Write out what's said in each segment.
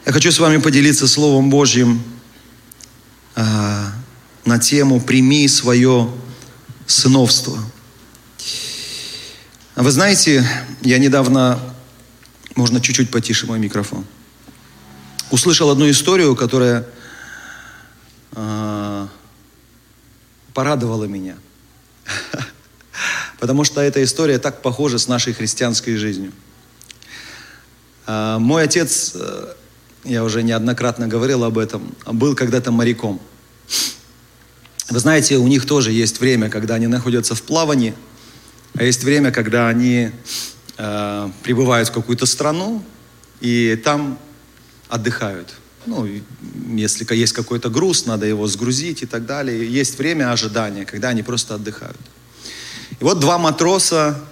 Я хочу с вами поделиться Словом Божьим на тему «Прими свое сыновство». Вы знаете, я недавно, можно чуть-чуть потише мой микрофон, услышал одну историю, которая порадовала меня. Потому что эта история так похожа с нашей христианской жизнью. Мой отец, я уже неоднократно говорил об этом, был когда-то моряком. Вы знаете, у них тоже есть время, когда они находятся в плавании, а есть время, когда они прибывают в какую-то страну и там отдыхают. Ну, если есть какой-то груз, надо его сгрузить и так далее. Есть время ожидания, когда они просто отдыхают. И вот два матроса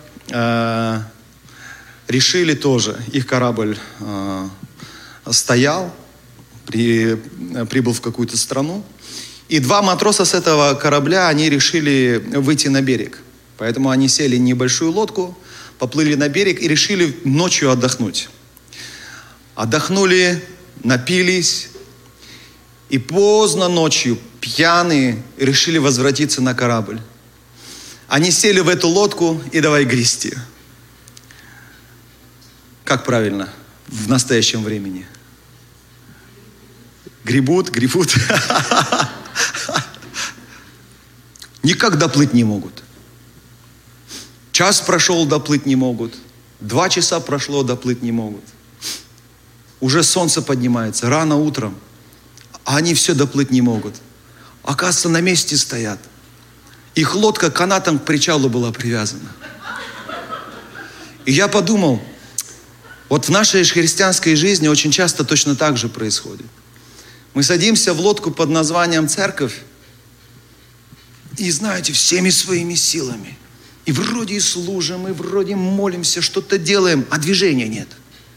решили тоже, их корабль стоял, прибыл в какую-то страну, и два матроса с этого корабля, они решили выйти на берег. Поэтому они сели в небольшую лодку, поплыли на берег и решили ночью отдохнуть. Отдохнули, напились, и поздно ночью, пьяные, решили возвратиться на корабль. Они сели в эту лодку и давай грести. Как правильно в настоящем времени? Гребут. Никак доплыть не могут. Час прошел, доплыть не могут. 2 часа прошло, доплыть не могут. Уже солнце поднимается, рано утром, а они все доплыть не могут. Оказывается, на месте стоят. Их лодка канатом к причалу была привязана. И я подумал, вот в нашей христианской жизни очень часто точно так же происходит. Мы садимся в лодку под названием «Церковь», и, знаете, всеми своими силами. И вроде и служим, и вроде молимся, что-то делаем, а движения нет.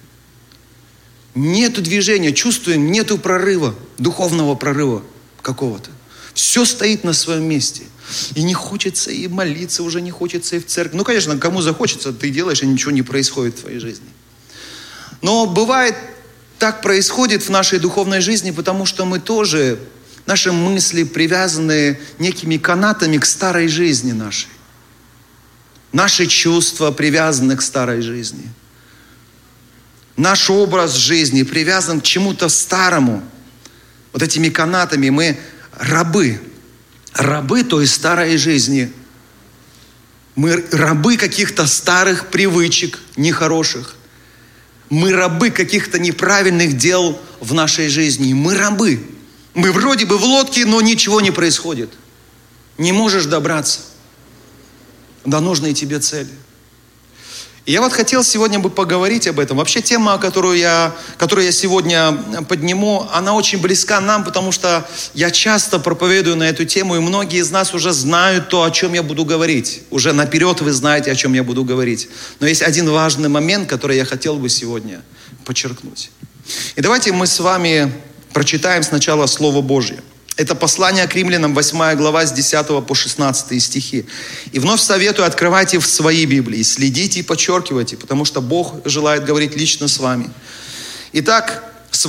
Нету движения, чувствуем, нету прорыва, духовного прорыва какого-то. Все стоит на своем месте. И не хочется и молиться, уже не хочется и в церковь. Ну, конечно, кому захочется, ты делаешь, и ничего не происходит в твоей жизни. Но бывает, так происходит в нашей духовной жизни, потому что мы тоже, наши мысли привязаны некими канатами к старой жизни нашей. Наши чувства привязаны к старой жизни. Наш образ жизни привязан к чему-то старому. Вот этими канатами мы рабы. Рабы той старой жизни. Мы рабы каких-то старых привычек, нехороших. Мы рабы каких-то неправильных дел в нашей жизни. Мы рабы. Мы вроде бы в лодке, но ничего не происходит. Не можешь добраться до нужной тебе цели. И я вот хотел сегодня бы поговорить об этом. Вообще тема, которую я сегодня подниму, она очень близка нам, потому что я часто проповедую на эту тему, и многие из нас уже знают то, о чем я буду говорить. Уже наперед вы знаете, о чем я буду говорить. Но есть один важный момент, который я хотел бы сегодня подчеркнуть. И давайте мы с вами прочитаем сначала Слово Божье. Это послание к римлянам, 8 глава, с 10 по 16 стихи. И вновь советую, открывайте в свои Библии, следите и подчеркивайте, потому что Бог желает говорить лично с вами. Итак, с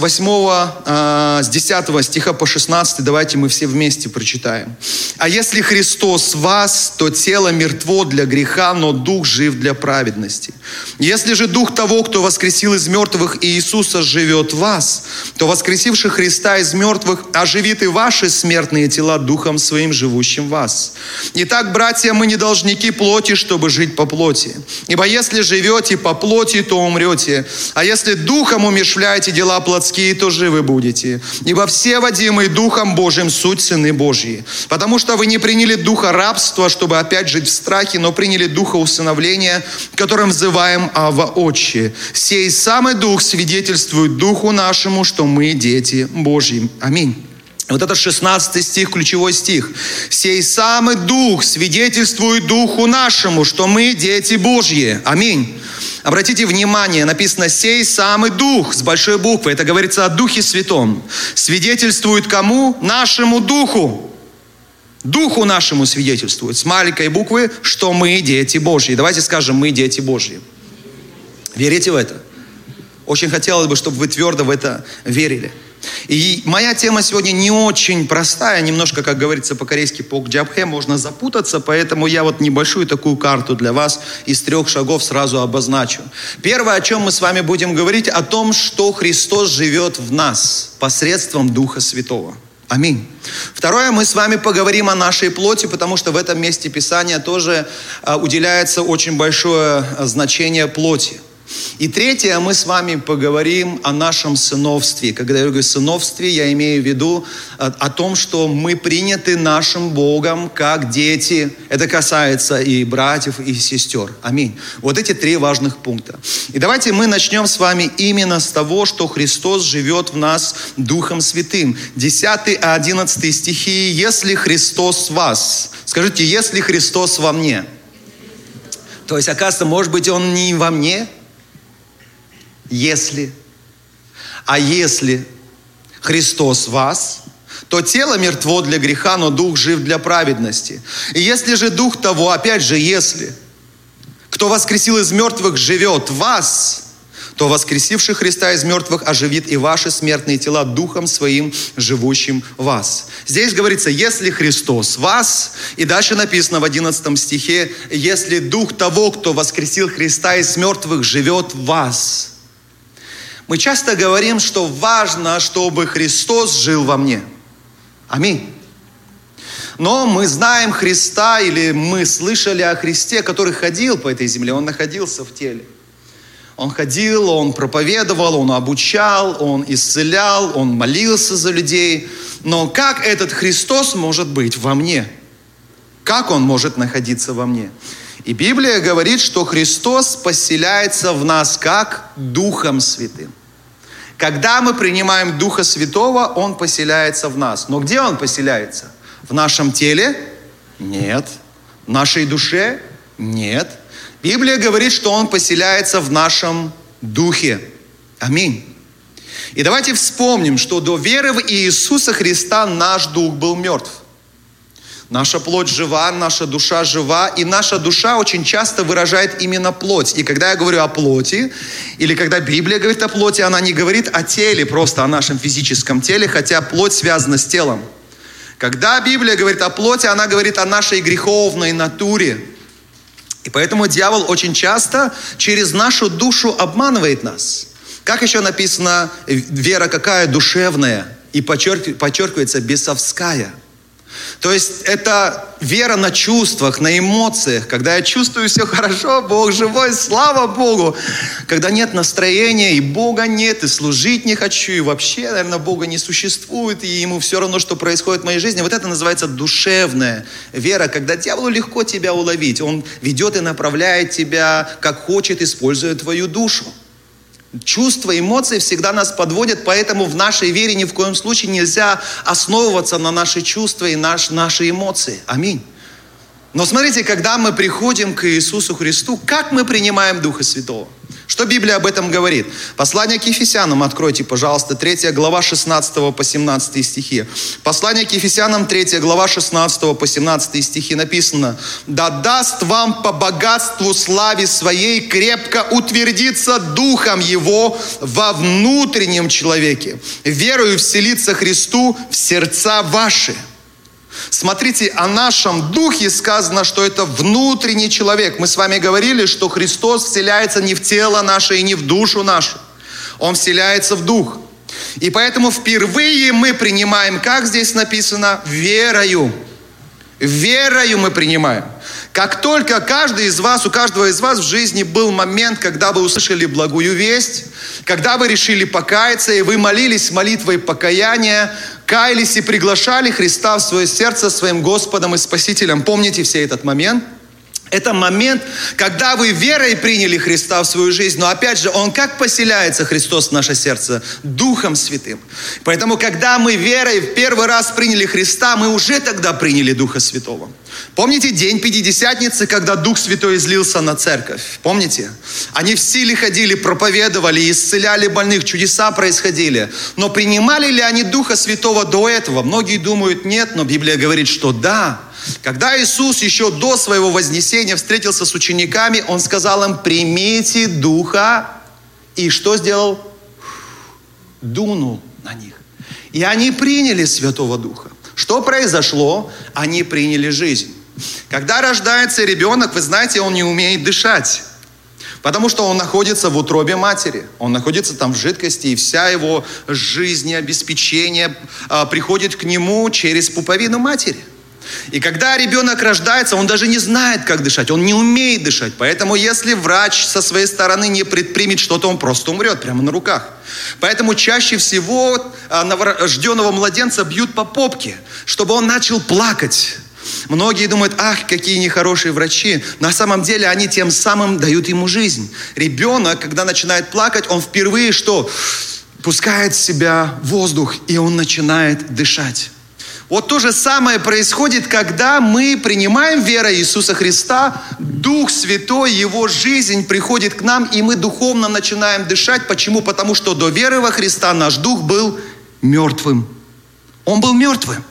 10 стиха по 16 давайте мы все вместе прочитаем. «А если Христос в вас, то тело мертво для греха, но дух жив для праведности. Если же дух того, кто воскресил из мертвых Иисуса, живет в вас, то воскресивший Христа из мертвых оживит и ваши смертные тела духом своим, живущим в вас. Итак, братья, мы не должники плоти, чтобы жить по плоти. Ибо если живете по плоти, то умрете. А если духом умерщвляете дела плотские, то живы будете. Ибо все водимые Духом Божьим суть сыны Божьи. Потому что вы не приняли духа рабства, чтобы опять жить в страхе, но приняли духа усыновления, которым взываем Авва Отче. Сей самый Дух свидетельствует Духу нашему, что мы дети Божьи. Аминь». Вот это 16 стих, ключевой стих. «Сей самый Дух свидетельствует Духу нашему, что мы дети Божьи». Аминь. Обратите внимание, написано «сей самый Дух» с большой буквы. Это говорится о Духе Святом. Свидетельствует кому? Нашему Духу. Духу нашему свидетельствует с маленькой буквы, что мы дети Божьи. Давайте скажем, мы дети Божьи. Верите в это? Очень хотелось бы, чтобы вы твердо в это верили. И моя тема сегодня не очень простая, немножко, как говорится по-корейски, покджапхе, можно запутаться, поэтому я вот небольшую такую карту для вас из 3 шагов сразу обозначу. Первое, о чем мы с вами будем говорить, о том, что Христос живет в нас посредством Духа Святого. Аминь. Второе, мы с вами поговорим о нашей плоти, потому что в этом месте Писания тоже уделяется очень большое значение плоти. И третье, мы с вами поговорим о нашем сыновстве. Когда я говорю сыновстве, я имею в виду о том, что мы приняты нашим Богом как дети. Это касается и братьев, и сестер. Аминь. Вот эти 3 важных пункта. И давайте мы начнем с вами именно с того, что Христос живет в нас Духом Святым. 10-11 стихи. «Если Христос в вас». Скажите, «если Христос во мне». То есть, оказывается, может быть, Он не во мне? Если Христос в вас, то тело мертво для греха, но дух жив для праведности. И если же дух того, опять же, если, кто воскресил из мертвых, живет в вас, то воскресивший Христа из мертвых оживит и ваши смертные тела духом своим, живущим в вас. Здесь говорится, если Христос в вас, и дальше написано в 11 стихе, если дух того, кто воскресил Христа из мертвых, живет в вас. Мы часто говорим, что важно, чтобы Христос жил во мне. Аминь. Но мы знаем Христа, или мы слышали о Христе, который ходил по этой земле, Он находился в теле. Он ходил, Он проповедовал, Он обучал, Он исцелял, Он молился за людей. Но как этот Христос может быть во мне? Как Он может находиться во мне? И Библия говорит, что Христос поселяется в нас как Духом Святым. Когда мы принимаем Духа Святого, Он поселяется в нас. Но где Он поселяется? В нашем теле? Нет. В нашей душе? Нет. Библия говорит, что Он поселяется в нашем Духе. Аминь. И давайте вспомним, что до веры в Иисуса Христа наш дух был мертв. Наша плоть жива, наша душа жива, и наша душа очень часто выражает именно плоть. И когда я говорю о плоти, или когда Библия говорит о плоти, она не говорит о теле, просто о нашем физическом теле, хотя плоть связана с телом. Когда Библия говорит о плоти, она говорит о нашей греховной натуре. И поэтому дьявол очень часто через нашу душу обманывает нас. Как еще написано, вера какая? Душевная. И подчеркивается, бесовская. То есть это вера на чувствах, на эмоциях. Когда я чувствую все хорошо, Бог живой, слава Богу. Когда нет настроения, и Бога нет, и служить не хочу, и вообще, наверное, Бога не существует, и Ему все равно, что происходит в моей жизни. Вот это называется душевная вера, когда дьяволу легко тебя уловить. Он ведет и направляет тебя, как хочет, используя твою душу. Чувства, эмоции всегда нас подводят, поэтому в нашей вере ни в коем случае нельзя основываться на наши чувства и наши эмоции. Аминь. Но смотрите, когда мы приходим к Иисусу Христу, как мы принимаем Духа Святого? Что Библия об этом говорит? Послание к Ефесянам откройте, пожалуйста, 3 глава 16 по 17 стихи. Послание к Ефесянам, 3 глава 16 по 17 стихи написано: «Да даст вам по богатству славе своей крепко утвердиться Духом Его во внутреннем человеке, верою вселиться Христу в сердца ваши». Смотрите, о нашем духе сказано, что это внутренний человек. Мы с вами говорили, что Христос вселяется не в тело наше и не в душу нашу. Он вселяется в дух. И поэтому впервые мы принимаем, как здесь написано, верою. Верою мы принимаем. Как только каждый из вас, у каждого из вас в жизни был момент, когда вы услышали благую весть, когда вы решили покаяться, и вы молились молитвой покаяния, каялись и приглашали Христа в свое сердце своим Господом и Спасителем. Помните все этот момент? Это момент, когда вы верой приняли Христа в свою жизнь. Но опять же, Он как поселяется, Христос, в наше сердце? Духом Святым. Поэтому, когда мы верой в первый раз приняли Христа, мы уже тогда приняли Духа Святого. Помните день Пятидесятницы, когда Дух Святой излился на церковь? Помните? Они в силе ходили, проповедовали, исцеляли больных, чудеса происходили. Но принимали ли они Духа Святого до этого? Многие думают, нет, но Библия говорит, что да. Когда Иисус еще до своего вознесения встретился с учениками, Он сказал им: примите Духа И что сделал? Дунул на них. И они приняли Святого Духа. Что произошло? Они приняли жизнь. Когда рождается ребенок, вы знаете, он не умеет дышать. Потому что он находится в утробе матери. Он находится там в жидкости, и вся его жизнеобеспечение приходит к нему через пуповину матери. И когда ребенок рождается, он даже не знает, как дышать, он не умеет дышать. Поэтому если врач со своей стороны не предпримет что-то, он просто умрет прямо на руках. Поэтому чаще всего новорожденного младенца бьют по попке, чтобы он начал плакать. Многие думают, ах, какие нехорошие врачи. На самом деле они тем самым дают ему жизнь. Ребенок, когда начинает плакать, он впервые что? Пускает в себя воздух, и он начинает дышать. Вот то же самое происходит, когда мы принимаем верой Иисуса Христа, Дух Святой, Его жизнь приходит к нам, и мы духовно начинаем дышать. Почему? Потому что до веры во Христа наш дух был мертвым. Он был мертвым.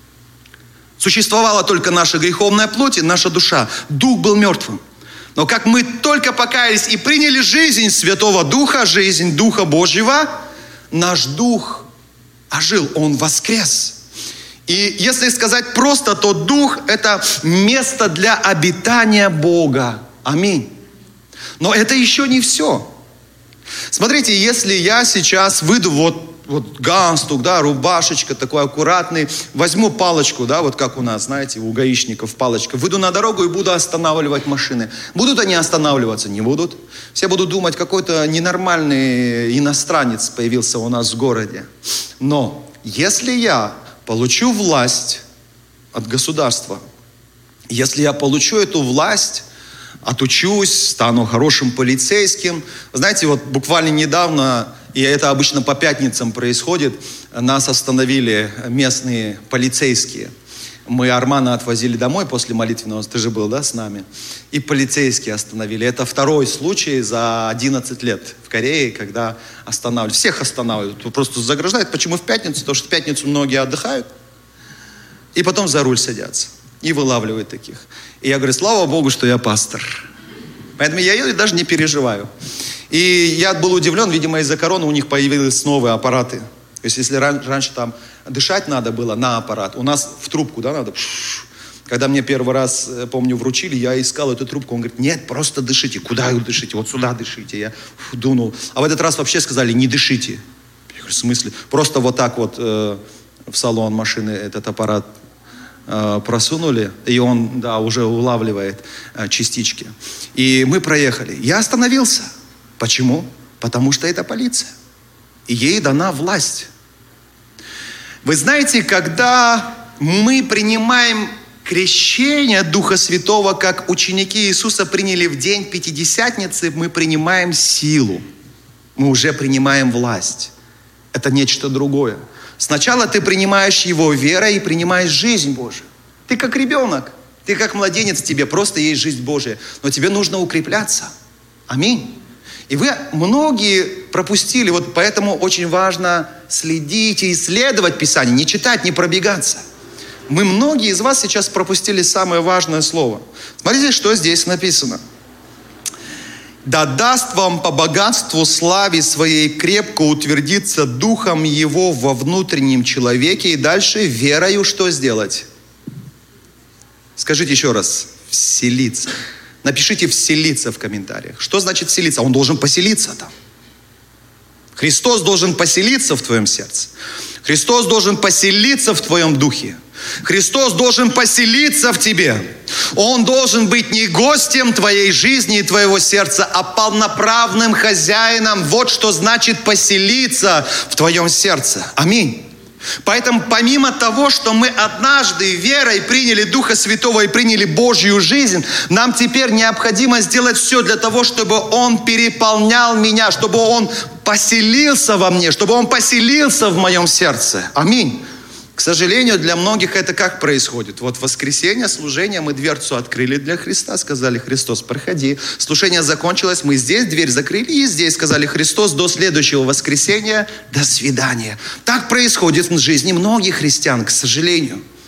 Существовала только наша греховная плоть и наша душа. Дух был мертвым. Но как мы только покаялись и приняли жизнь Святого Духа, жизнь Духа Божьего, наш дух ожил, он воскрес. И если сказать просто, то Дух – это место для обитания Бога. Аминь. Но это еще не все. Смотрите, если я сейчас выйду, вот галстук, да, рубашечка такой аккуратный, возьму палочку, да, вот как у нас, знаете, у гаишников палочка, выйду на дорогу и буду останавливать машины. Будут они останавливаться? Не будут. Все будут думать, какой-то ненормальный иностранец появился у нас в городе. Но если я получу власть от государства, если я получу эту власть, отучусь, стану хорошим полицейским. Знаете, вот буквально недавно, и это обычно по пятницам происходит, нас остановили местные полицейские. Мы Армана отвозили домой после молитвенного, ты же был, да, с нами? И полицейские остановили. Это второй случай за 11 лет в Корее, когда останавливают. Всех останавливают, просто заграждают. Почему в пятницу? Потому что в пятницу многие отдыхают, и потом за руль садятся. И вылавливают таких. И я говорю, слава Богу, что я пастор. Поэтому я еду и даже не переживаю. И я был удивлен, видимо, из-за короны у них появились новые аппараты. То есть, если раньше там дышать надо было на аппарат, у нас в трубку, да, надо. Когда мне первый раз, помню, вручили, я искал эту трубку. Он говорит, нет, просто дышите. Куда вы дышите? Вот сюда дышите. Я дунул. А в этот раз вообще сказали, не дышите. Я говорю, в смысле? Просто вот так вот в салон машины этот аппарат просунули, и он, да, уже улавливает частички. И мы проехали. Я остановился. Почему? Потому что это полиция. И ей дана власть. Вы знаете, когда мы принимаем крещение Духа Святого, как ученики Иисуса приняли в день Пятидесятницы, мы принимаем силу. Мы уже принимаем власть. Это нечто другое. Сначала ты принимаешь Его верой и принимаешь жизнь Божию. Ты как ребенок, ты как младенец, тебе просто есть жизнь Божия. Но тебе нужно укрепляться. Аминь. И вы многие пропустили, вот поэтому очень важно следить и исследовать Писание, не читать, не пробегаться. Многие из вас сейчас пропустили самое важное слово. Смотрите, что здесь написано. «Да даст вам по богатству славе своей крепко утвердиться Духом Его во внутреннем человеке». И дальше верою что сделать? Скажите еще раз. Вселиться. Напишите «вселиться» в комментариях. Что значит вселиться? Он должен поселиться там. Христос должен поселиться в твоем сердце. Христос должен поселиться в твоем духе. Христос должен поселиться в тебе. Он должен быть не гостем твоей жизни и твоего сердца, а полноправным хозяином. Вот что значит поселиться в твоем сердце. Аминь. Поэтому помимо того, что мы однажды верой приняли Духа Святого и приняли Божью жизнь, нам теперь необходимо сделать все для того, чтобы Он переполнял меня, чтобы Он поселился во мне, чтобы Он поселился в моем сердце. Аминь. К сожалению, для многих это как происходит? Вот в воскресенье служение мы дверцу открыли для Христа, сказали: Христос, проходи. Служение закончилось, мы здесь дверь закрыли и здесь сказали: Христос, до следующего воскресенья, до свидания. Так происходит в жизни многих христиан, к сожалению.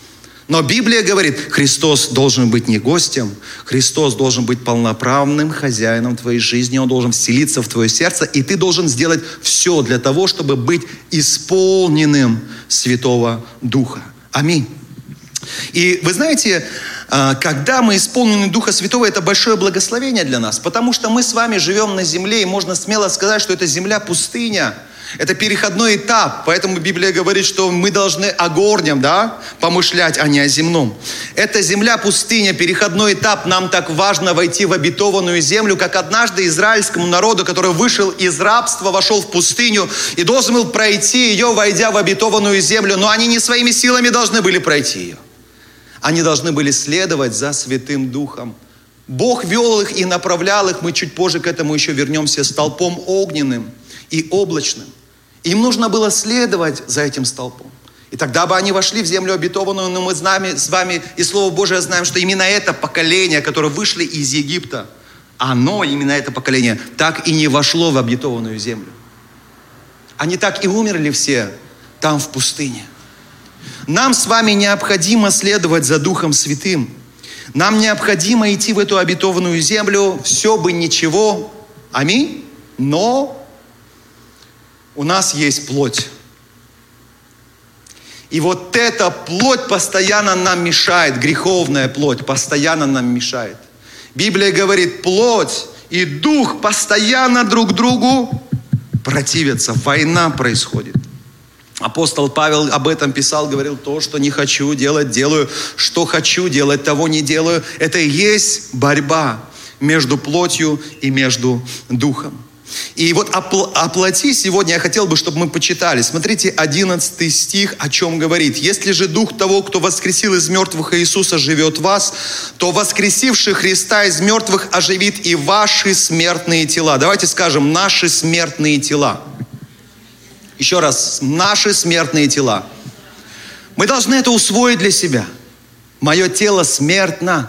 Но Библия говорит, Христос должен быть не гостем, Христос должен быть полноправным хозяином твоей жизни, Он должен вселиться в твое сердце, и ты должен сделать все для того, чтобы быть исполненным Святого Духа. Аминь. И вы знаете, когда мы исполнены Духа Святого, это большое благословение для нас, потому что мы с вами живем на земле, и можно смело сказать, что это земля пустыня. Это переходной этап, поэтому Библия говорит, что мы должны о горнем, помышлять, а не о земном. Это земля пустыня, переходной этап. Нам так важно войти в обетованную землю, как однажды израильскому народу, который вышел из рабства, вошел в пустыню и должен был пройти ее, войдя в обетованную землю. Но они не своими силами должны были пройти ее. Они должны были следовать за Святым Духом. Бог вел их и направлял их, мы чуть позже к этому еще вернемся, столпом огненным и облачным. Им нужно было следовать за этим столпом. И тогда бы они вошли в землю обетованную, но мы с вами и Слово Божие знаем, что именно это поколение, которое вышло из Египта, именно это поколение, так и не вошло в обетованную землю. Они так и умерли все там в пустыне. Нам с вами необходимо следовать за Духом Святым. Нам необходимо идти в эту обетованную землю, все бы ничего, аминь, но у нас есть плоть. И вот эта плоть постоянно нам мешает, греховная плоть постоянно нам мешает. Библия говорит, плоть и дух постоянно друг другу противятся, война происходит. Апостол Павел об этом писал, говорил, то, что не хочу делать, делаю, что хочу делать, того не делаю. Это и есть борьба между плотью и между духом. И вот о плоти сегодня я хотел бы, чтобы мы почитали. Смотрите, 11 стих о чем говорит. «Если же дух того, кто воскресил из мертвых Иисуса, живет в вас, то воскресивший Христа из мертвых оживит и ваши смертные тела». Давайте скажем, наши смертные тела. Еще раз, наши смертные тела. Мы должны это усвоить для себя. Мое тело смертно.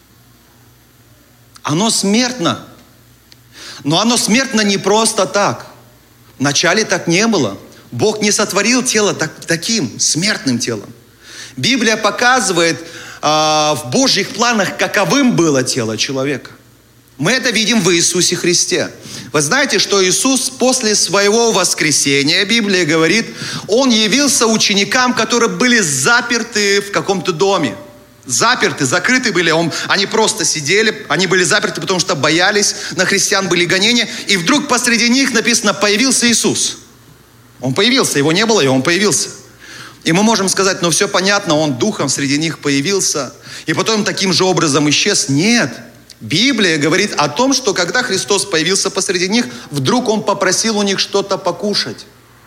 Оно смертно. Но оно смертно не просто так. Вначале так не было. Бог не сотворил тело таким смертным телом. Библия показывает в Божьих планах, каковым было тело человека. Мы это видим в Иисусе Христе. Вы знаете, что Иисус после своего воскресения, Библия говорит, Он явился ученикам, которые были заперты в каком-то доме. Заперты, закрыты были. Они просто сидели, они были заперты, потому что боялись, на христиан были гонения. И вдруг посреди них написано, появился Иисус. Он появился, Его не было, и Он появился. И мы можем сказать, все понятно, Он духом среди них появился. И потом таким же образом исчез. Нет. Библия говорит о том, что когда Христос появился посреди них, вдруг Он попросил у них что-то покушать.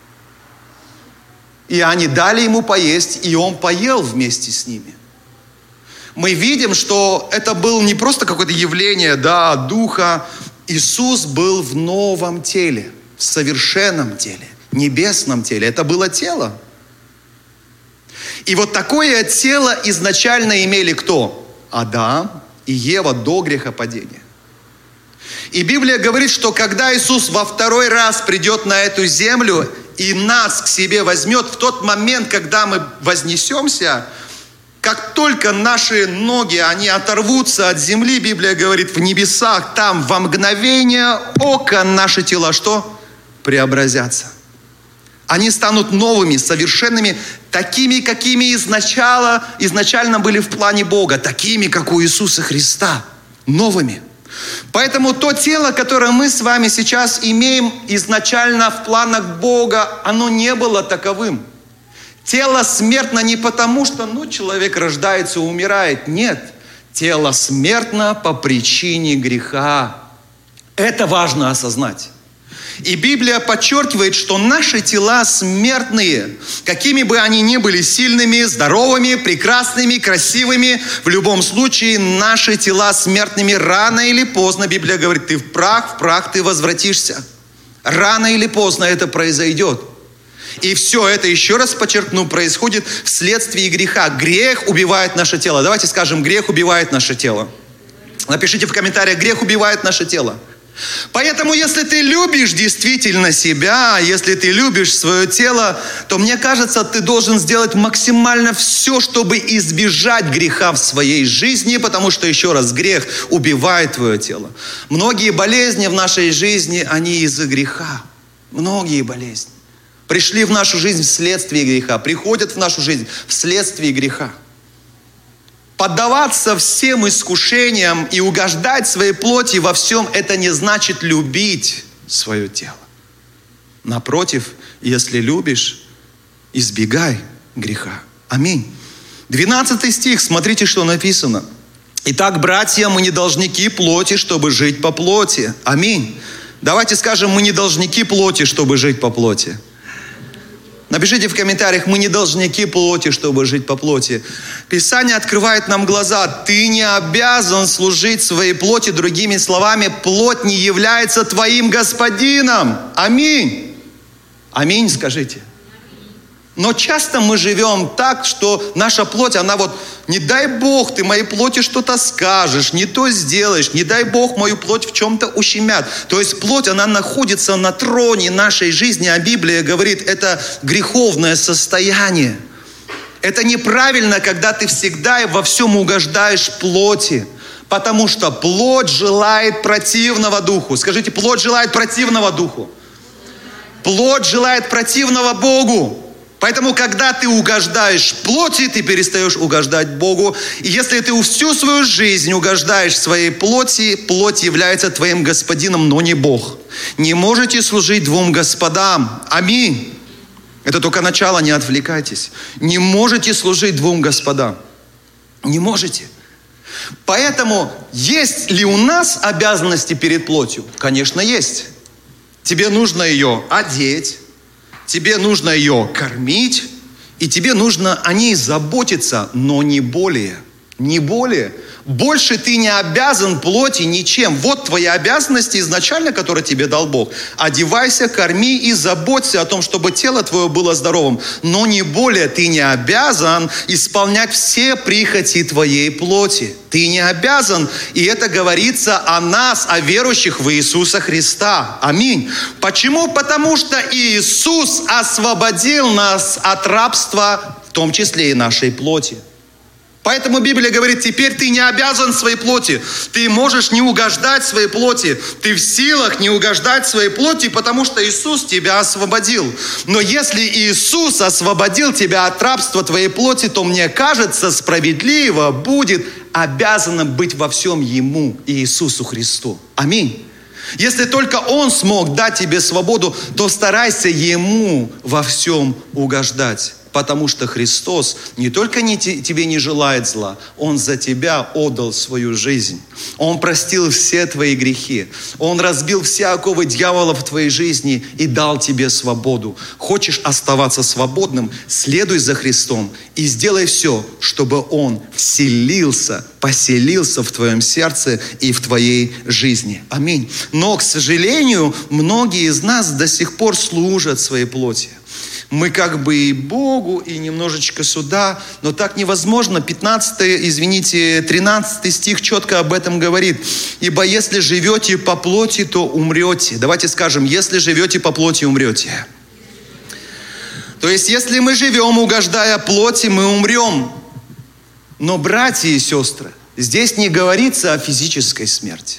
И они дали Ему поесть, и Он поел вместе с ними. Мы видим, что это было не просто какое-то явление, Духа. Иисус был в новом теле, в совершенном теле, небесном теле. Это было тело. И вот такое тело изначально имели кто? Адам и Ева до грехопадения. И Библия говорит, что когда Иисус во второй раз придет на эту землю и нас к себе возьмет, в тот момент, когда мы вознесемся, как только наши ноги, они оторвутся от земли, Библия говорит, в небесах, там во мгновение ока наши тела что? Преобразятся. Они станут новыми, совершенными, такими, какими изначально были в плане Бога, такими, как у Иисуса Христа, новыми. Поэтому то тело, которое мы с вами сейчас имеем изначально в планах Бога, оно не было таковым. Тело смертно не потому, что человек рождается и умирает. Нет. Тело смертно по причине греха. Это важно осознать. И Библия подчеркивает, что наши тела смертные, какими бы они ни были сильными, здоровыми, прекрасными, красивыми, в любом случае наши тела смертными рано или поздно, Библия говорит, ты в прах ты возвратишься. Рано или поздно это произойдет. И все это, еще раз подчеркну, происходит вследствие греха. Грех убивает наше тело. Давайте скажем, грех убивает наше тело. Напишите в комментариях, грех убивает наше тело. Поэтому, если ты любишь действительно себя, если ты любишь свое тело, то, мне кажется, ты должен сделать максимально все, чтобы избежать греха в своей жизни, потому что, еще раз, грех убивает твое тело. Многие болезни в нашей жизни, они из-за греха. Многие болезни пришли в нашу жизнь вследствие греха, приходят в нашу жизнь вследствие греха. Поддаваться всем искушениям и угождать своей плоти во всем, это не значит любить свое тело. Напротив, если любишь, избегай греха. Аминь. 12 стих, смотрите, что написано. Итак, братья, мы не должники плоти, чтобы жить по плоти. Аминь. Давайте скажем, мы не должники плоти, чтобы жить по плоти. Напишите в комментариях, мы не должники плоти, чтобы жить по плоти. Писание открывает нам глаза. Ты не обязан служить своей плоти. Другими словами, плоть не является твоим господином. Аминь. Аминь, скажите. Но часто мы живем так, что наша плоть, она вот, не дай Бог, ты моей плоти что-то скажешь, не то сделаешь, не дай Бог, мою плоть в чем-то ущемят. То есть плоть, она находится на троне нашей жизни, а Библия говорит, это греховное состояние. Это неправильно, когда ты всегда и во всем угождаешь плоти, потому что плоть желает противного духу. Скажите, плоть желает противного духу. Плоть желает противного Богу. Поэтому, когда ты угождаешь плоти, ты перестаешь угождать Богу. И если ты всю свою жизнь угождаешь своей плоти, плоть является твоим господином, но не Бог. Не можете служить двум господам. Аминь. Это только начало, не отвлекайтесь. Не можете служить двум господам. Не можете. Поэтому, есть ли у нас обязанности перед плотью? Конечно, есть. Тебе нужно ее одеть. Тебе нужно ее кормить, и тебе нужно о ней заботиться, но не более. Не более. Больше ты не обязан плоти ничем. Вот твои обязанности изначально, которые тебе дал Бог. Одевайся, корми и заботься о том, чтобы тело твое было здоровым. Но не более. Ты не обязан исполнять все прихоти твоей плоти. Ты не обязан. И это говорится о нас, о верующих в Иисуса Христа. Аминь. Почему? Потому что Иисус освободил нас от рабства, в том числе и нашей плоти. Поэтому Библия говорит, теперь ты не обязан своей плоти. Ты можешь не угождать своей плоти. Ты в силах не угождать своей плоти, потому что Иисус тебя освободил. Но если Иисус освободил тебя от рабства твоей плоти, то, мне кажется, справедливо будет обязанным быть во всем Ему, Иисусу Христу. Аминь. Если только Он смог дать тебе свободу, то старайся Ему во всем угождать. Потому что Христос не только тебе не желает зла, Он за тебя отдал свою жизнь. Он простил все твои грехи. Он разбил все оковы дьявола в твоей жизни и дал тебе свободу. Хочешь оставаться свободным? Следуй за Христом и сделай все, чтобы Он вселился, поселился в твоем сердце и в твоей жизни. Аминь. Но, к сожалению, многие из нас до сих пор служат своей плоти. Мы как бы и Богу, и немножечко сюда, но так невозможно. 13 стих четко об этом говорит. Ибо если живете по плоти, то умрете. Давайте скажем, если живете по плоти, умрете. То есть, если мы живем, угождая плоти, мы умрем. Но, братья и сестры, здесь не говорится о физической смерти.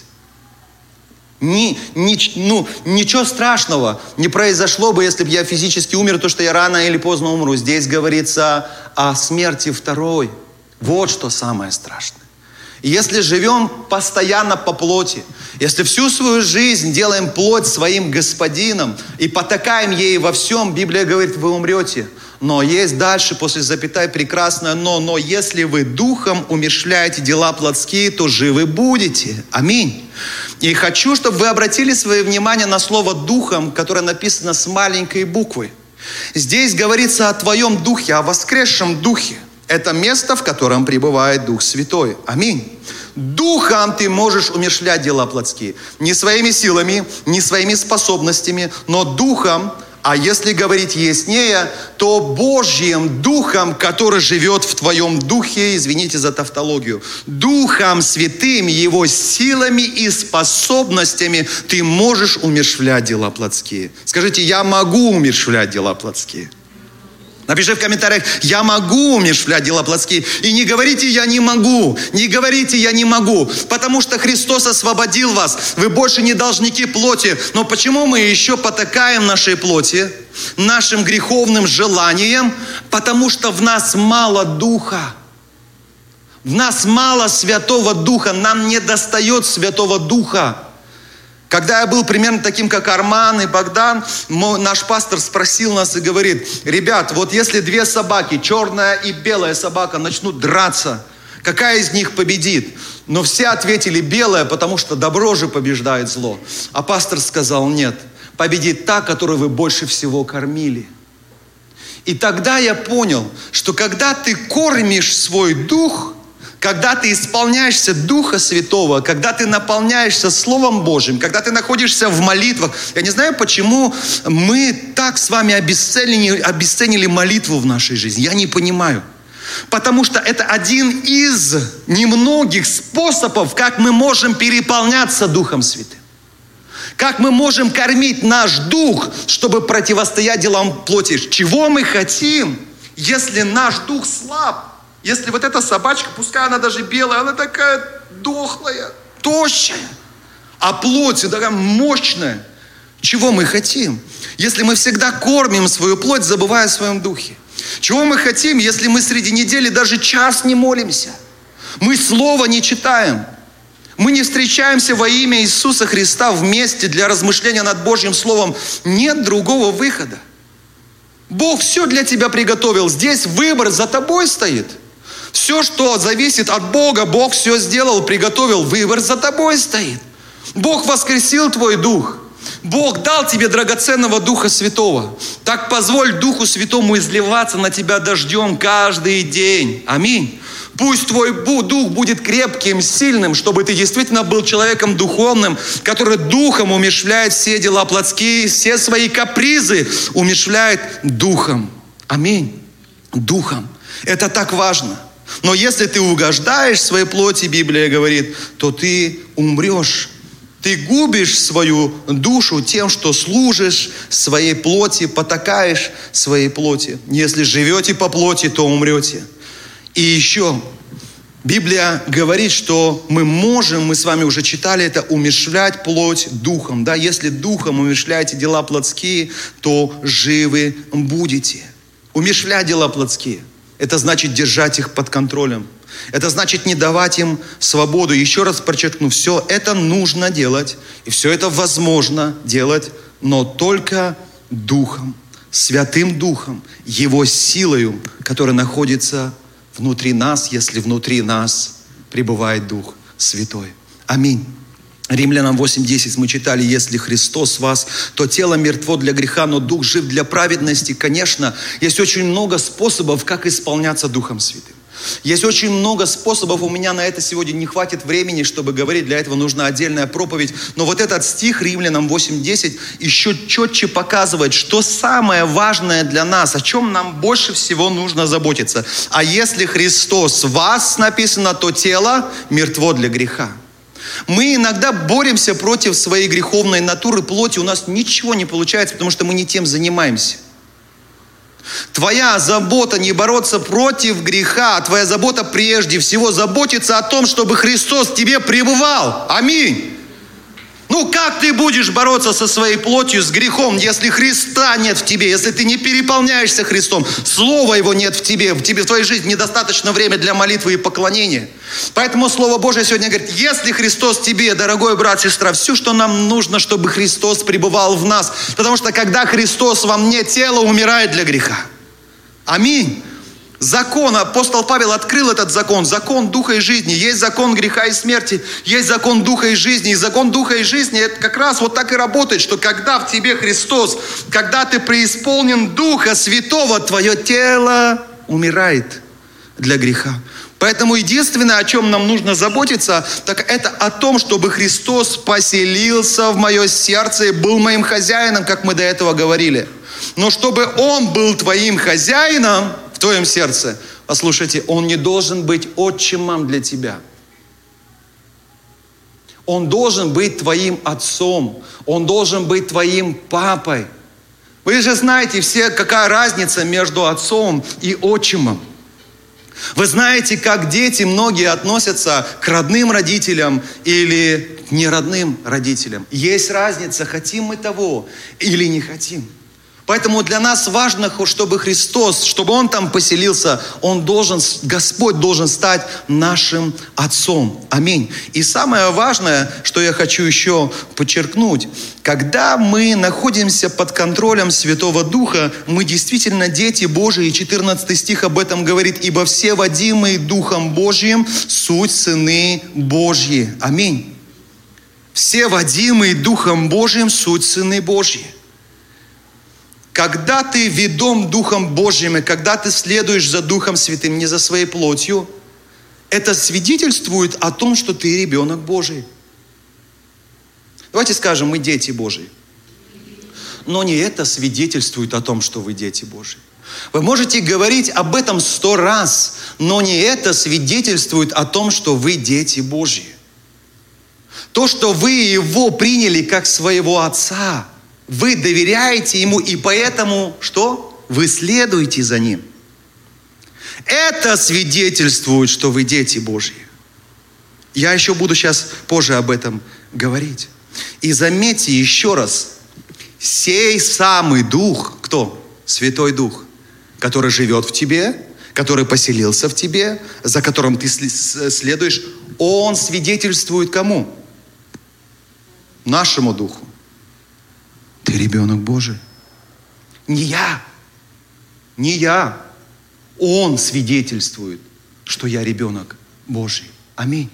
Ничего страшного не произошло бы, если бы я физически умер, то что я рано или поздно умру. Здесь говорится о смерти второй. Вот что самое страшное. И если живем постоянно по плоти, если всю свою жизнь делаем плоть своим господином и потакаем ей во всем, Библия говорит, вы умрете. Но есть дальше, после запятой, прекрасное но если вы духом умерщвляете дела плотские, то живы будете. Аминь. И хочу, чтобы вы обратили свое внимание на слово «духом», которое написано с маленькой буквы. Здесь говорится о твоем духе, о воскресшем духе. Это место, в котором пребывает Дух Святой. Аминь. Духом ты можешь умерщвлять дела плотские. Не своими силами, не своими способностями, но духом А если говорить яснее, то Божьим Духом, который живет в твоем духе, извините за тавтологию, Духом Святым, Его силами и способностями ты можешь умерщвлять дела плотские. Скажите, я могу умерщвлять дела плотские. Напиши в комментариях, я могу умерщвлять дела плотские. И не говорите, я не могу. Не говорите, я не могу. Потому что Христос освободил вас. Вы больше не должники плоти. Но почему мы еще потакаем нашей плоти, нашим греховным желаниям? Потому что в нас мало Духа. В нас мало Святого Духа. Нам не достает Святого Духа. Когда я был примерно таким, как Арман и Богдан, наш пастор спросил нас и говорит: ребят, вот если две собаки, черная и белая собака, начнут драться, какая из них победит? Но все ответили: белая, потому что добро же побеждает зло. А пастор сказал: нет, победит та, которую вы больше всего кормили. И тогда я понял, что когда ты кормишь свой дух, когда ты исполняешься Духа Святого, когда ты наполняешься Словом Божьим, когда ты находишься в молитвах. Я не знаю, почему мы так с вами обесценили молитву в нашей жизни. Я не понимаю. Потому что это один из немногих способов, как мы можем переполняться Духом Святым. Как мы можем кормить наш дух, чтобы противостоять делам плоти. Чего мы хотим, если наш дух слаб? Если вот эта собачка, пускай она даже белая, она такая дохлая, тощая, а плоть такая мощная. Чего мы хотим, если мы всегда кормим свою плоть, забывая о своем духе? Чего мы хотим, если мы среди недели даже час не молимся? Мы слова не читаем. Мы не встречаемся во имя Иисуса Христа вместе для размышления над Божьим Словом. Нет другого выхода. Бог все для тебя приготовил. Здесь выбор за тобой стоит. Все, что зависит от Бога, Бог все сделал, приготовил. Выбор за тобой стоит. Бог воскресил твой дух. Бог дал тебе драгоценного Духа Святого. Так позволь Духу Святому изливаться на тебя дождем каждый день. Аминь. Пусть твой дух будет крепким, сильным, чтобы ты действительно был человеком духовным, который духом умерщвляет все дела плотские, все свои капризы умерщвляет духом. Аминь. Духом. Это так важно. Но если ты угождаешь своей плоти, Библия говорит, то ты умрешь. Ты губишь свою душу тем, что служишь своей плоти, потакаешь своей плоти. Если живете по плоти, то умрете. И еще Библия говорит, что мы с вами уже читали это, умерщвлять плоть духом. Да? Если духом умерщвляете дела плотские, то живы будете. Умерщвлять дела плотские. Это значит держать их под контролем. Это значит не давать им свободу. Еще раз подчеркну, все это нужно делать. И все это возможно делать, но только Духом, Святым Духом, Его силою, которая находится внутри нас, если внутри нас пребывает Дух Святой. Аминь. Римлянам 8:10 мы читали: если Христос в вас, то тело мертво для греха, но дух жив для праведности. Конечно, есть очень много способов, как исполняться Духом Святым. Есть очень много способов, у меня на это сегодня не хватит времени, чтобы говорить, для этого нужна отдельная проповедь. Но вот этот стих Римлянам 8:10 еще четче показывает, что самое важное для нас, о чем нам больше всего нужно заботиться. А если Христос в вас, написано, то тело мертво для греха. Мы иногда боремся против своей греховной натуры, плоти, у нас ничего не получается, потому что мы не тем занимаемся. Твоя забота не бороться против греха, твоя забота прежде всего заботиться о том, чтобы Христос в тебе пребывал. Аминь. Ну как ты будешь бороться со своей плотью, с грехом, если Христа нет в тебе, если ты не переполняешься Христом, Слова Его нет в тебе в твоей жизни недостаточно времени для молитвы и поклонения. Поэтому Слово Божие сегодня говорит: если Христос в тебе, дорогой брат, сестра, все, что нам нужно, чтобы Христос пребывал в нас. Потому что когда Христос во мне, тело умирает для греха. Аминь. Закон, апостол Павел открыл этот закон, закон Духа и жизни. Есть закон греха и смерти, есть закон Духа и жизни. И закон Духа и жизни, это как раз вот так и работает, что когда в тебе Христос, когда ты преисполнен Духа Святого, твое тело умирает для греха. Поэтому единственное, о чем нам нужно заботиться, так это о том, чтобы Христос поселился в мое сердце и был моим хозяином, как мы до этого говорили. Но чтобы Он был твоим хозяином в твоем сердце, послушайте, Он не должен быть отчимом для тебя. Он должен быть твоим отцом. Он должен быть твоим папой. Вы же знаете все, какая разница между отцом и отчимом. Вы знаете, как дети многие относятся к родным родителям или к неродным родителям. Есть разница, хотим мы того или не хотим. Поэтому для нас важно, чтобы Христос, чтобы Он там поселился, Господь должен стать нашим Отцом. Аминь. И самое важное, что я хочу еще подчеркнуть, когда мы находимся под контролем Святого Духа, мы действительно дети Божии. 14 стих об этом говорит: «Ибо все водимые Духом Божьим суть сыны Божьи». Аминь. Все водимые Духом Божьим суть сыны Божьи. Когда ты ведом Духом Божьим, и когда ты следуешь за Духом Святым, не за своей плотью, это свидетельствует о том, что ты ребенок Божий. Давайте скажем, мы дети Божьи. Но не это свидетельствует о том, что вы дети Божьи. Вы можете говорить об этом 100 раз, но не это свидетельствует о том, что вы дети Божьи. То, что вы Его приняли как своего Отца, вы доверяете Ему, и поэтому что? Вы следуете за Ним. Это свидетельствует, что вы дети Божьи. Я еще буду сейчас позже об этом говорить. И заметьте еще раз, сей самый Дух, кто? Святой Дух, который живет в тебе, который поселился в тебе, за которым ты следуешь, Он свидетельствует кому? Нашему Духу. Ты ребенок Божий. Не я. Он свидетельствует, что я ребенок Божий. Аминь.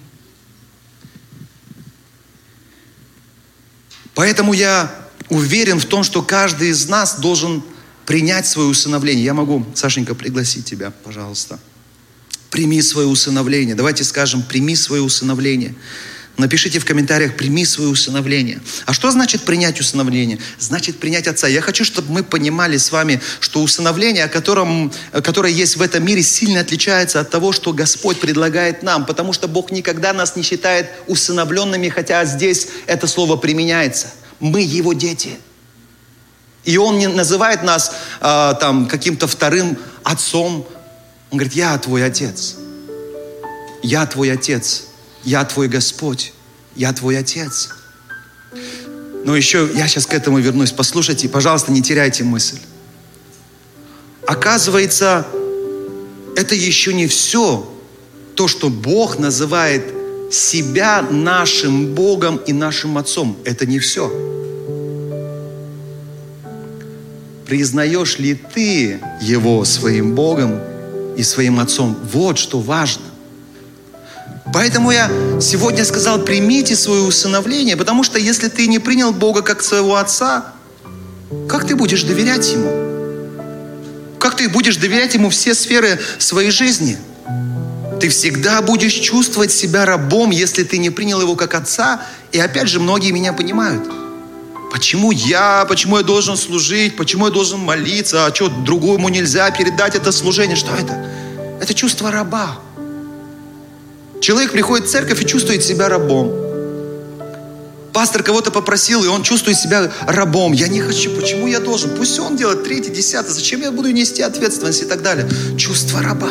Поэтому я уверен в том, что каждый из нас должен принять свое усыновление. Я могу, Сашенька, пригласить тебя, пожалуйста. Прими свое усыновление. Давайте скажем, прими свое усыновление. Напишите в комментариях: прими свое усыновление. А что значит принять усыновление? Значит принять Отца. Я хочу, чтобы мы понимали с вами, что усыновление, которое есть в этом мире, сильно отличается от того, что Господь предлагает нам. Потому что Бог никогда нас не считает усыновленными, хотя здесь это слово применяется. Мы Его дети. И Он не называет нас каким-то вторым отцом. Он говорит: я твой Отец. Я твой Отец. Я твой Господь, я твой Отец. Но еще я сейчас к этому вернусь. Послушайте, пожалуйста, не теряйте мысль. Оказывается, это еще не все. То, что Бог называет себя нашим Богом и нашим Отцом, это не все. Признаешь ли ты Его своим Богом и своим Отцом? Вот что важно. Поэтому я сегодня сказал: примите свое усыновление, потому что если ты не принял Бога как своего Отца, как ты будешь доверять Ему? Как ты будешь доверять Ему все сферы своей жизни? Ты всегда будешь чувствовать себя рабом, если ты не принял Его как Отца. И опять же, многие меня понимают. Почему я должен служить? Почему я должен молиться? А что, другому нельзя передать это служение? Что это? Это чувство раба. Человек приходит в церковь и чувствует себя рабом. Пастор кого-то попросил, и он чувствует себя рабом. Я не хочу. Почему я должен? Пусть он делает 3, 10. Зачем я буду нести ответственность и так далее? Чувство раба.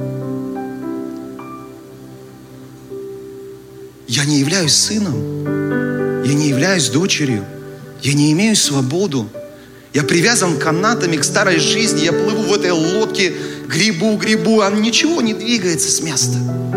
Я не являюсь сыном. Я не являюсь дочерью. Я не имею свободу. Я привязан канатами к старой жизни. Я плыву в этой лодке, гребу, а ничего не двигается с места.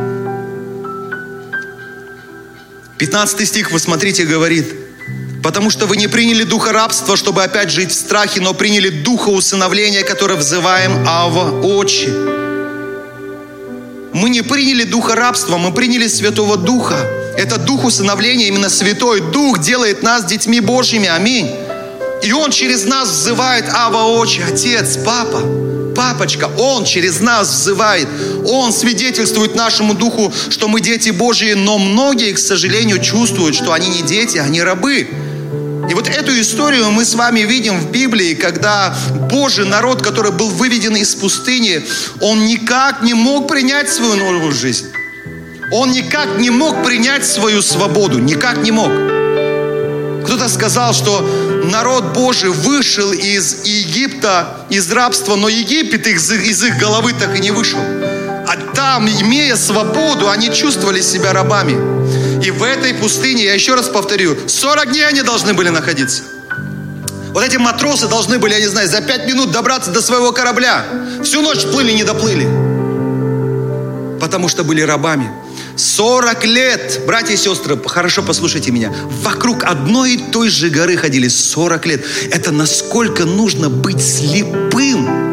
15 стих, вы смотрите, говорит: «Потому что вы не приняли духа рабства, чтобы опять жить в страхе, но приняли духа усыновления, который взываем Авва, Отче». Мы не приняли духа рабства, мы приняли Святого Духа. Это дух усыновления, именно Святой Дух делает нас детьми Божьими. Аминь. И Он через нас взывает Авва, Отче, Отец, Папа. Папочка, Он через нас взывает. Он свидетельствует нашему духу, что мы дети Божьи, но многие, к сожалению, чувствуют, что они не дети, они рабы. И вот эту историю мы с вами видим в Библии, когда Божий народ, который был выведен из пустыни, он никак не мог принять свою новую жизнь. Он никак не мог принять свою свободу, никак не мог. Кто-то сказал, что народ Божий вышел из Египта, из рабства, но Египет из их головы так и не вышел. А там, имея свободу, они чувствовали себя рабами. И в этой пустыне, я еще раз повторю, 40 дней они должны были находиться. Вот эти матросы должны были, я не знаю, за 5 минут добраться до своего корабля. Всю ночь плыли, не доплыли. Потому что были рабами. 40 лет, братья и сестры, хорошо послушайте меня, вокруг одной и той же горы ходили 40 лет. Это насколько нужно быть слепым.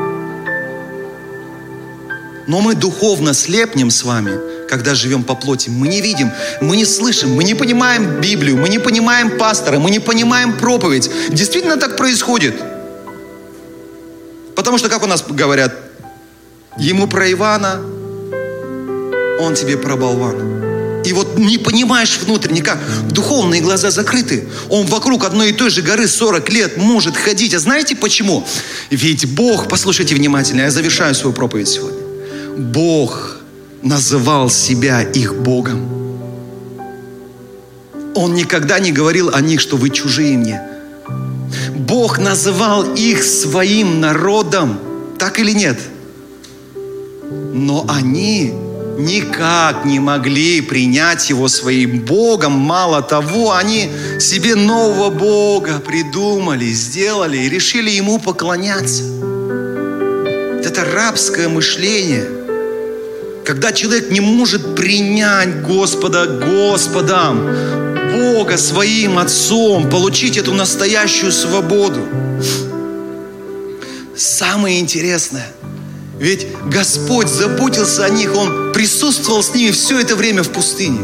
Но мы духовно слепнем с вами, когда живем по плоти. Мы не видим, мы не слышим, мы не понимаем Библию, мы не понимаем пастора, мы не понимаем проповедь. Действительно так происходит. Потому что, как у нас говорят, ему про Ивана, он тебе про болвана. И вот не понимаешь внутрь никак. Духовные глаза закрыты. Он вокруг одной и той же горы 40 лет может ходить. А знаете почему? Ведь Бог, послушайте внимательно, я завершаю свою проповедь сегодня. Бог называл себя их Богом. Он никогда не говорил о них, что вы чужие мне. Бог называл их своим народом. Так или нет? Но они никак не могли принять его своим Богом. Мало того, они себе нового Бога придумали, сделали и решили ему поклоняться. Это рабское мышление. Когда человек не может принять Господа Господом, Бога своим Отцом, получить эту настоящую свободу. Самое интересное, ведь Господь заботился о них, Он присутствовал с ними все это время в пустыне.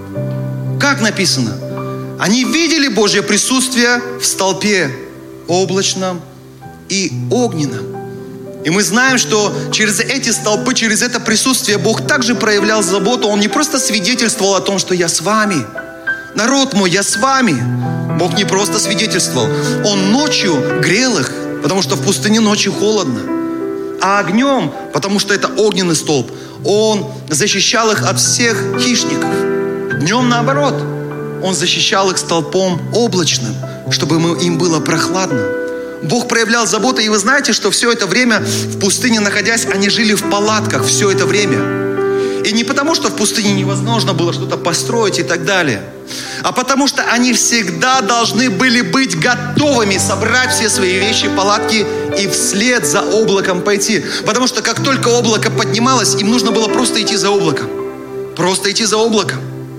Как написано? Они видели Божье присутствие в столпе облачном и огненном. И мы знаем, что через эти столпы, через это присутствие Бог также проявлял заботу. Он не просто свидетельствовал о том, что я с вами. Народ мой, я с вами. Бог не просто свидетельствовал. Он ночью грел их, потому что в пустыне ночью холодно. А огнем, потому что это огненный столб, Он защищал их от всех хищников. Днем наоборот. Он защищал их столпом облачным, чтобы им было прохладно. Бог проявлял заботу, и вы знаете, что все это время в пустыне находясь, они жили в палатках все это время. И не потому, что в пустыне невозможно было что-то построить и так далее, а потому что они всегда должны были быть готовыми собрать все свои вещи, палатки и вслед за облаком пойти. Потому что как только облако поднималось, им нужно было просто идти за облаком. Просто идти за облаком.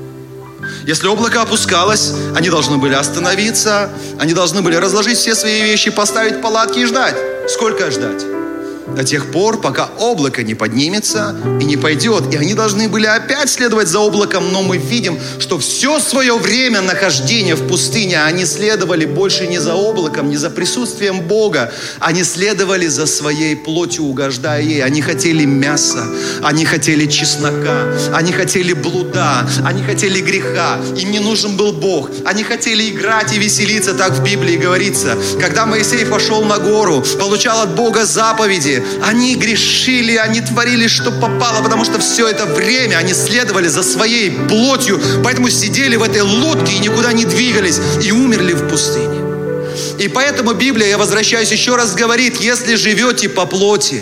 Если облако опускалось, они должны были остановиться, они должны были разложить все свои вещи, поставить палатки и ждать. Сколько ждать? До тех пор, пока облако не поднимется и не пойдет. И они должны были опять следовать за облаком, но мы видим, что все свое время нахождения в пустыне они следовали больше не за облаком, не за присутствием Бога. Они следовали за своей плотью, угождая ей. Они хотели мяса, они хотели чеснока, они хотели блуда, они хотели греха. Им не нужен был Бог. Они хотели играть и веселиться, так в Библии говорится. Когда Моисей пошел на гору, получал от Бога заповеди, они грешили, они творили, что попало, потому что все это время они следовали за своей плотью, поэтому сидели в этой лодке и никуда не двигались, и умерли в пустыне. И поэтому Библия, я возвращаюсь еще раз, говорит, если живете по плоти,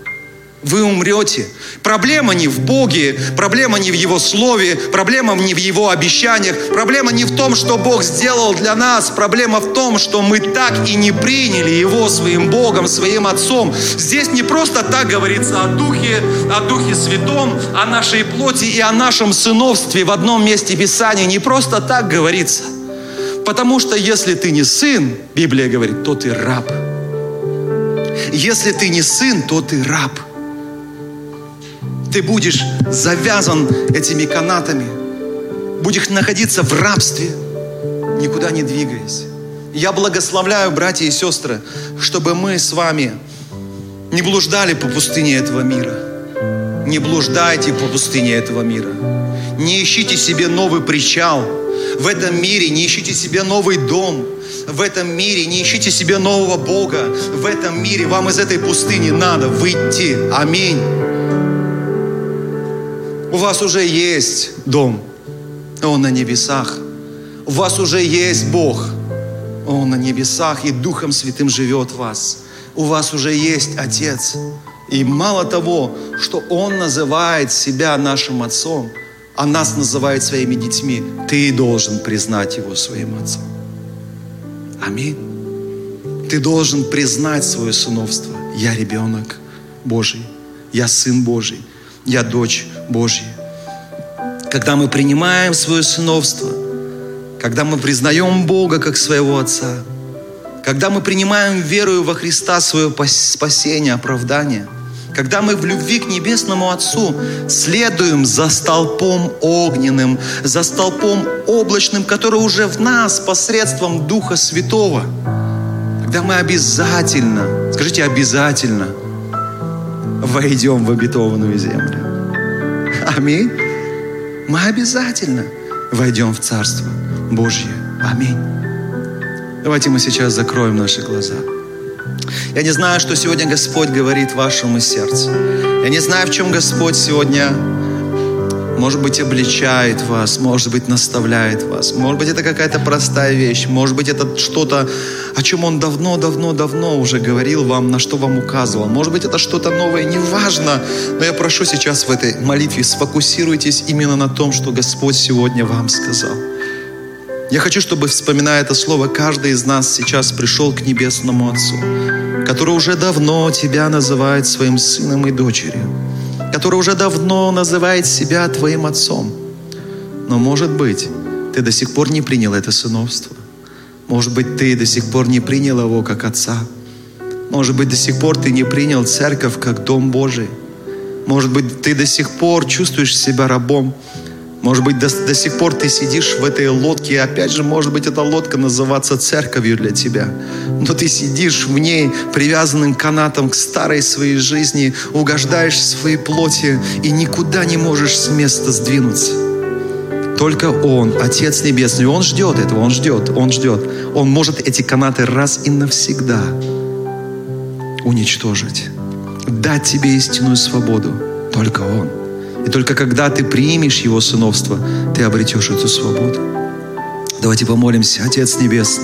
вы умрете. Проблема не в Боге, проблема не в Его Слове, проблема не в Его обещаниях, проблема не в том, что Бог сделал для нас, проблема в том, что мы так и не приняли Его своим Богом, своим Отцом. Здесь не просто так говорится о Духе Святом, о нашей плоти и о нашем сыновстве в одном месте Писания. Не просто так говорится. Потому что если ты не сын, Библия говорит, то ты раб. Если ты не сын, то ты раб. Ты будешь завязан этими канатами, будешь находиться в рабстве, никуда не двигаясь. Я благословляю, братья и сестры, чтобы мы с вами не блуждали по пустыне этого мира. Не блуждайте по пустыне этого мира. Не ищите себе новый причал. В этом мире не ищите себе новый дом. В этом мире не ищите себе нового Бога. В этом мире вам из этой пустыни надо выйти. Аминь. У вас уже есть дом. Он на небесах. У вас уже есть Бог. Он на небесах, и Духом Святым живет в вас. У вас уже есть Отец. И мало того, что Он называет себя нашим Отцом, а нас называет своими детьми, ты должен признать Его своим Отцом. Аминь. Ты должен признать свое сыновство. Я ребенок Божий. Я сын Божий. Я дочь Божья. Когда мы принимаем свое сыновство, когда мы признаем Бога как своего Отца, когда мы принимаем верою во Христа свое спасение, оправдание, когда мы в любви к Небесному Отцу следуем за столпом огненным, за столпом облачным, который уже в нас посредством Духа Святого, тогда мы обязательно, скажите, обязательно войдем в обетованную землю. Аминь. Мы обязательно войдем в Царство Божье. Аминь. Давайте мы сейчас закроем наши глаза. Я не знаю, что сегодня Господь говорит вашему сердцу. Я не знаю, в чем Господь сегодня, может быть, обличает вас, может быть, наставляет вас. Может быть, это какая-то простая вещь. Может быть, это что-то, о чем Он давно уже говорил вам, на что вам указывал. Может быть, это что-то новое, неважно. Но я прошу сейчас в этой молитве, сфокусируйтесь именно на том, что Господь сегодня вам сказал. Я хочу, чтобы, вспоминая это слово, каждый из нас сейчас пришел к Небесному Отцу, который уже давно тебя называет своим сыном и дочерью, который уже давно называет себя твоим отцом. Но, может быть, ты до сих пор не принял это сыновство. Может быть, ты до сих пор не принял его как отца. Может быть, до сих пор ты не принял церковь как дом Божий. Может быть, ты до сих пор чувствуешь себя рабом. Может быть, до сих пор ты сидишь в этой лодке, и опять же, может быть, эта лодка называться церковью для тебя. Но ты сидишь в ней, привязанным канатом к старой своей жизни, угождаешь своей плоти и никуда не можешь с места сдвинуться. Только Он, Отец Небесный, Он ждет этого, Он ждет. Он может эти канаты раз и навсегда уничтожить, дать тебе истинную свободу. Только Он. И только когда ты примешь Его сыновство, ты обретешь эту свободу. Давайте помолимся. Отец Небесный,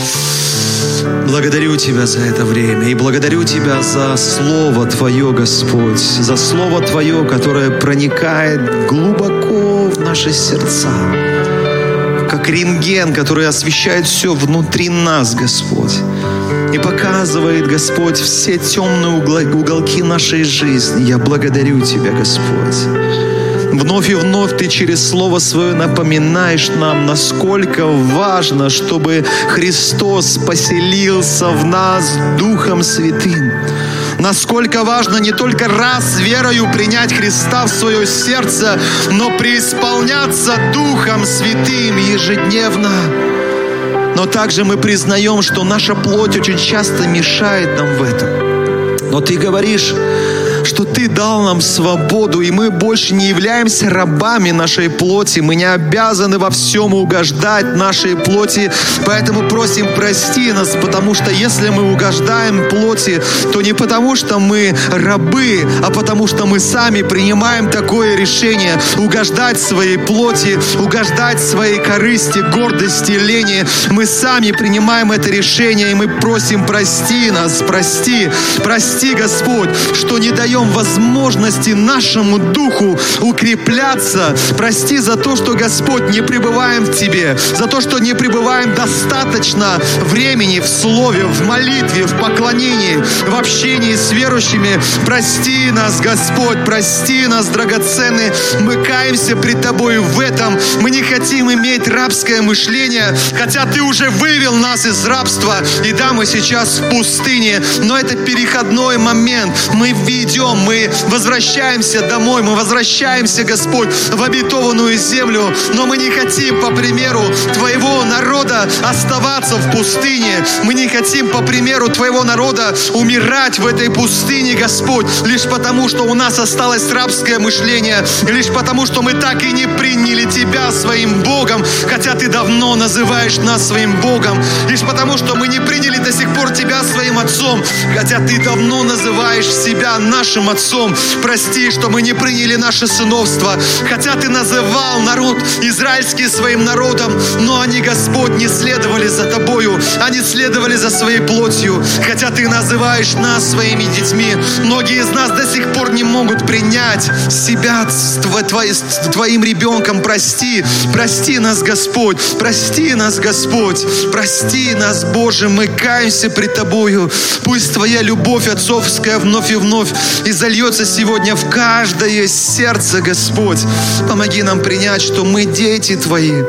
благодарю Тебя за это время. И благодарю Тебя за Слово Твое, Господь. За Слово Твое, которое проникает глубоко в наши сердца. Как рентген, который освещает все внутри нас, Господь. И показывает, Господь, все темные уголки нашей жизни. Я благодарю Тебя, Господь. Вновь и вновь Ты через Слово Свое напоминаешь нам, насколько важно, чтобы Христос поселился в нас Духом Святым. Насколько важно не только раз верою принять Христа в свое сердце, но преисполняться Духом Святым ежедневно. Но также мы признаем, что наша плоть очень часто мешает нам в этом. Но Ты говоришь, что Ты дал нам свободу, и мы больше не являемся рабами нашей плоти. Мы не обязаны во всем угождать нашей плоти. Поэтому просим, прости нас, потому что если мы угождаем плоти, то не потому что мы рабы, а потому что мы сами принимаем такое решение угождать своей плоти, угождать своей корысти, гордости, лени. Мы сами принимаем это решение, и мы просим, прости нас, прости, Господь, что не даем возможности нашему духу укрепляться. Прости за то, что, Господь, не пребываем в Тебе, за то, что не пребываем достаточно времени в Слове, в молитве, в поклонении, в общении с верующими. Прости нас, Господь, прости нас, драгоценный. Мы каемся пред Тобой в этом. Мы не хотим иметь рабское мышление, хотя Ты уже вывел нас из рабства. И да, мы сейчас в пустыне, но это переходной момент. Мы введем идем, мы возвращаемся домой, мы возвращаемся, Господь, в обетованную землю, но мы не хотим, по примеру Твоего народа, оставаться в пустыне. Мы не хотим, по примеру Твоего народа, умирать в этой пустыне, Господь, лишь потому, что у нас осталось рабское мышление, лишь потому, что мы так и не приняли Тебя своим Богом, хотя Ты давно называешь нас своим Богом, лишь потому, что мы не приняли до сих пор Тебя своим Отцом, хотя Ты давно называешь себя нашим Отцом. Прости, что мы не приняли наше сыновство, хотя Ты называл народ израильский своим народом, но они, Господь, не следовали за Тобою, они следовали за своей плотью, хотя Ты называешь нас своими детьми. Многие из нас до сих пор не могут принять себя Твоим ребенком. Прости нас, Господь, прости нас, Господь, прости нас, Боже, мы каемся пред Тобою. Пусть Твоя любовь отцовская вновь и вновь изольется сегодня в каждое сердце, Господь. Помоги нам принять, что мы дети Твои,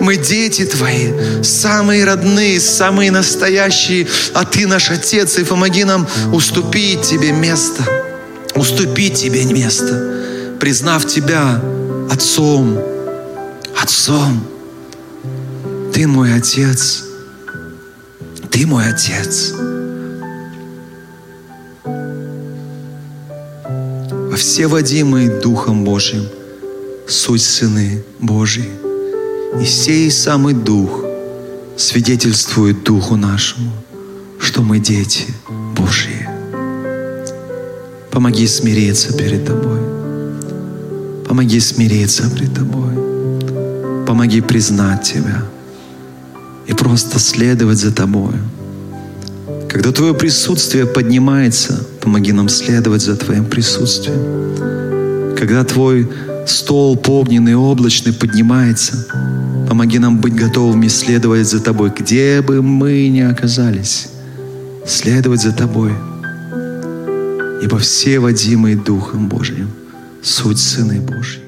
самые родные, самые настоящие, а Ты наш Отец, и помоги нам уступить Тебе место, признав Тебя Отцом. Ты мой Отец. Ты мой Отец. Во все водимые Духом Божьим суть сыны Божьи. И сей самый Дух свидетельствует Духу нашему, что мы дети Божьи. Помоги смириться перед Тобой. Помоги смириться пред Тобой. Помоги признать Тебя и просто следовать за Тобою. Когда Твое присутствие поднимается, помоги нам следовать за Твоим присутствием. Когда Твой столб огненный и облачный поднимается, помоги нам быть готовыми следовать за Тобой, где бы мы ни оказались, следовать за Тобой. Ибо все водимые Духом Божьим суть сыны Божьи.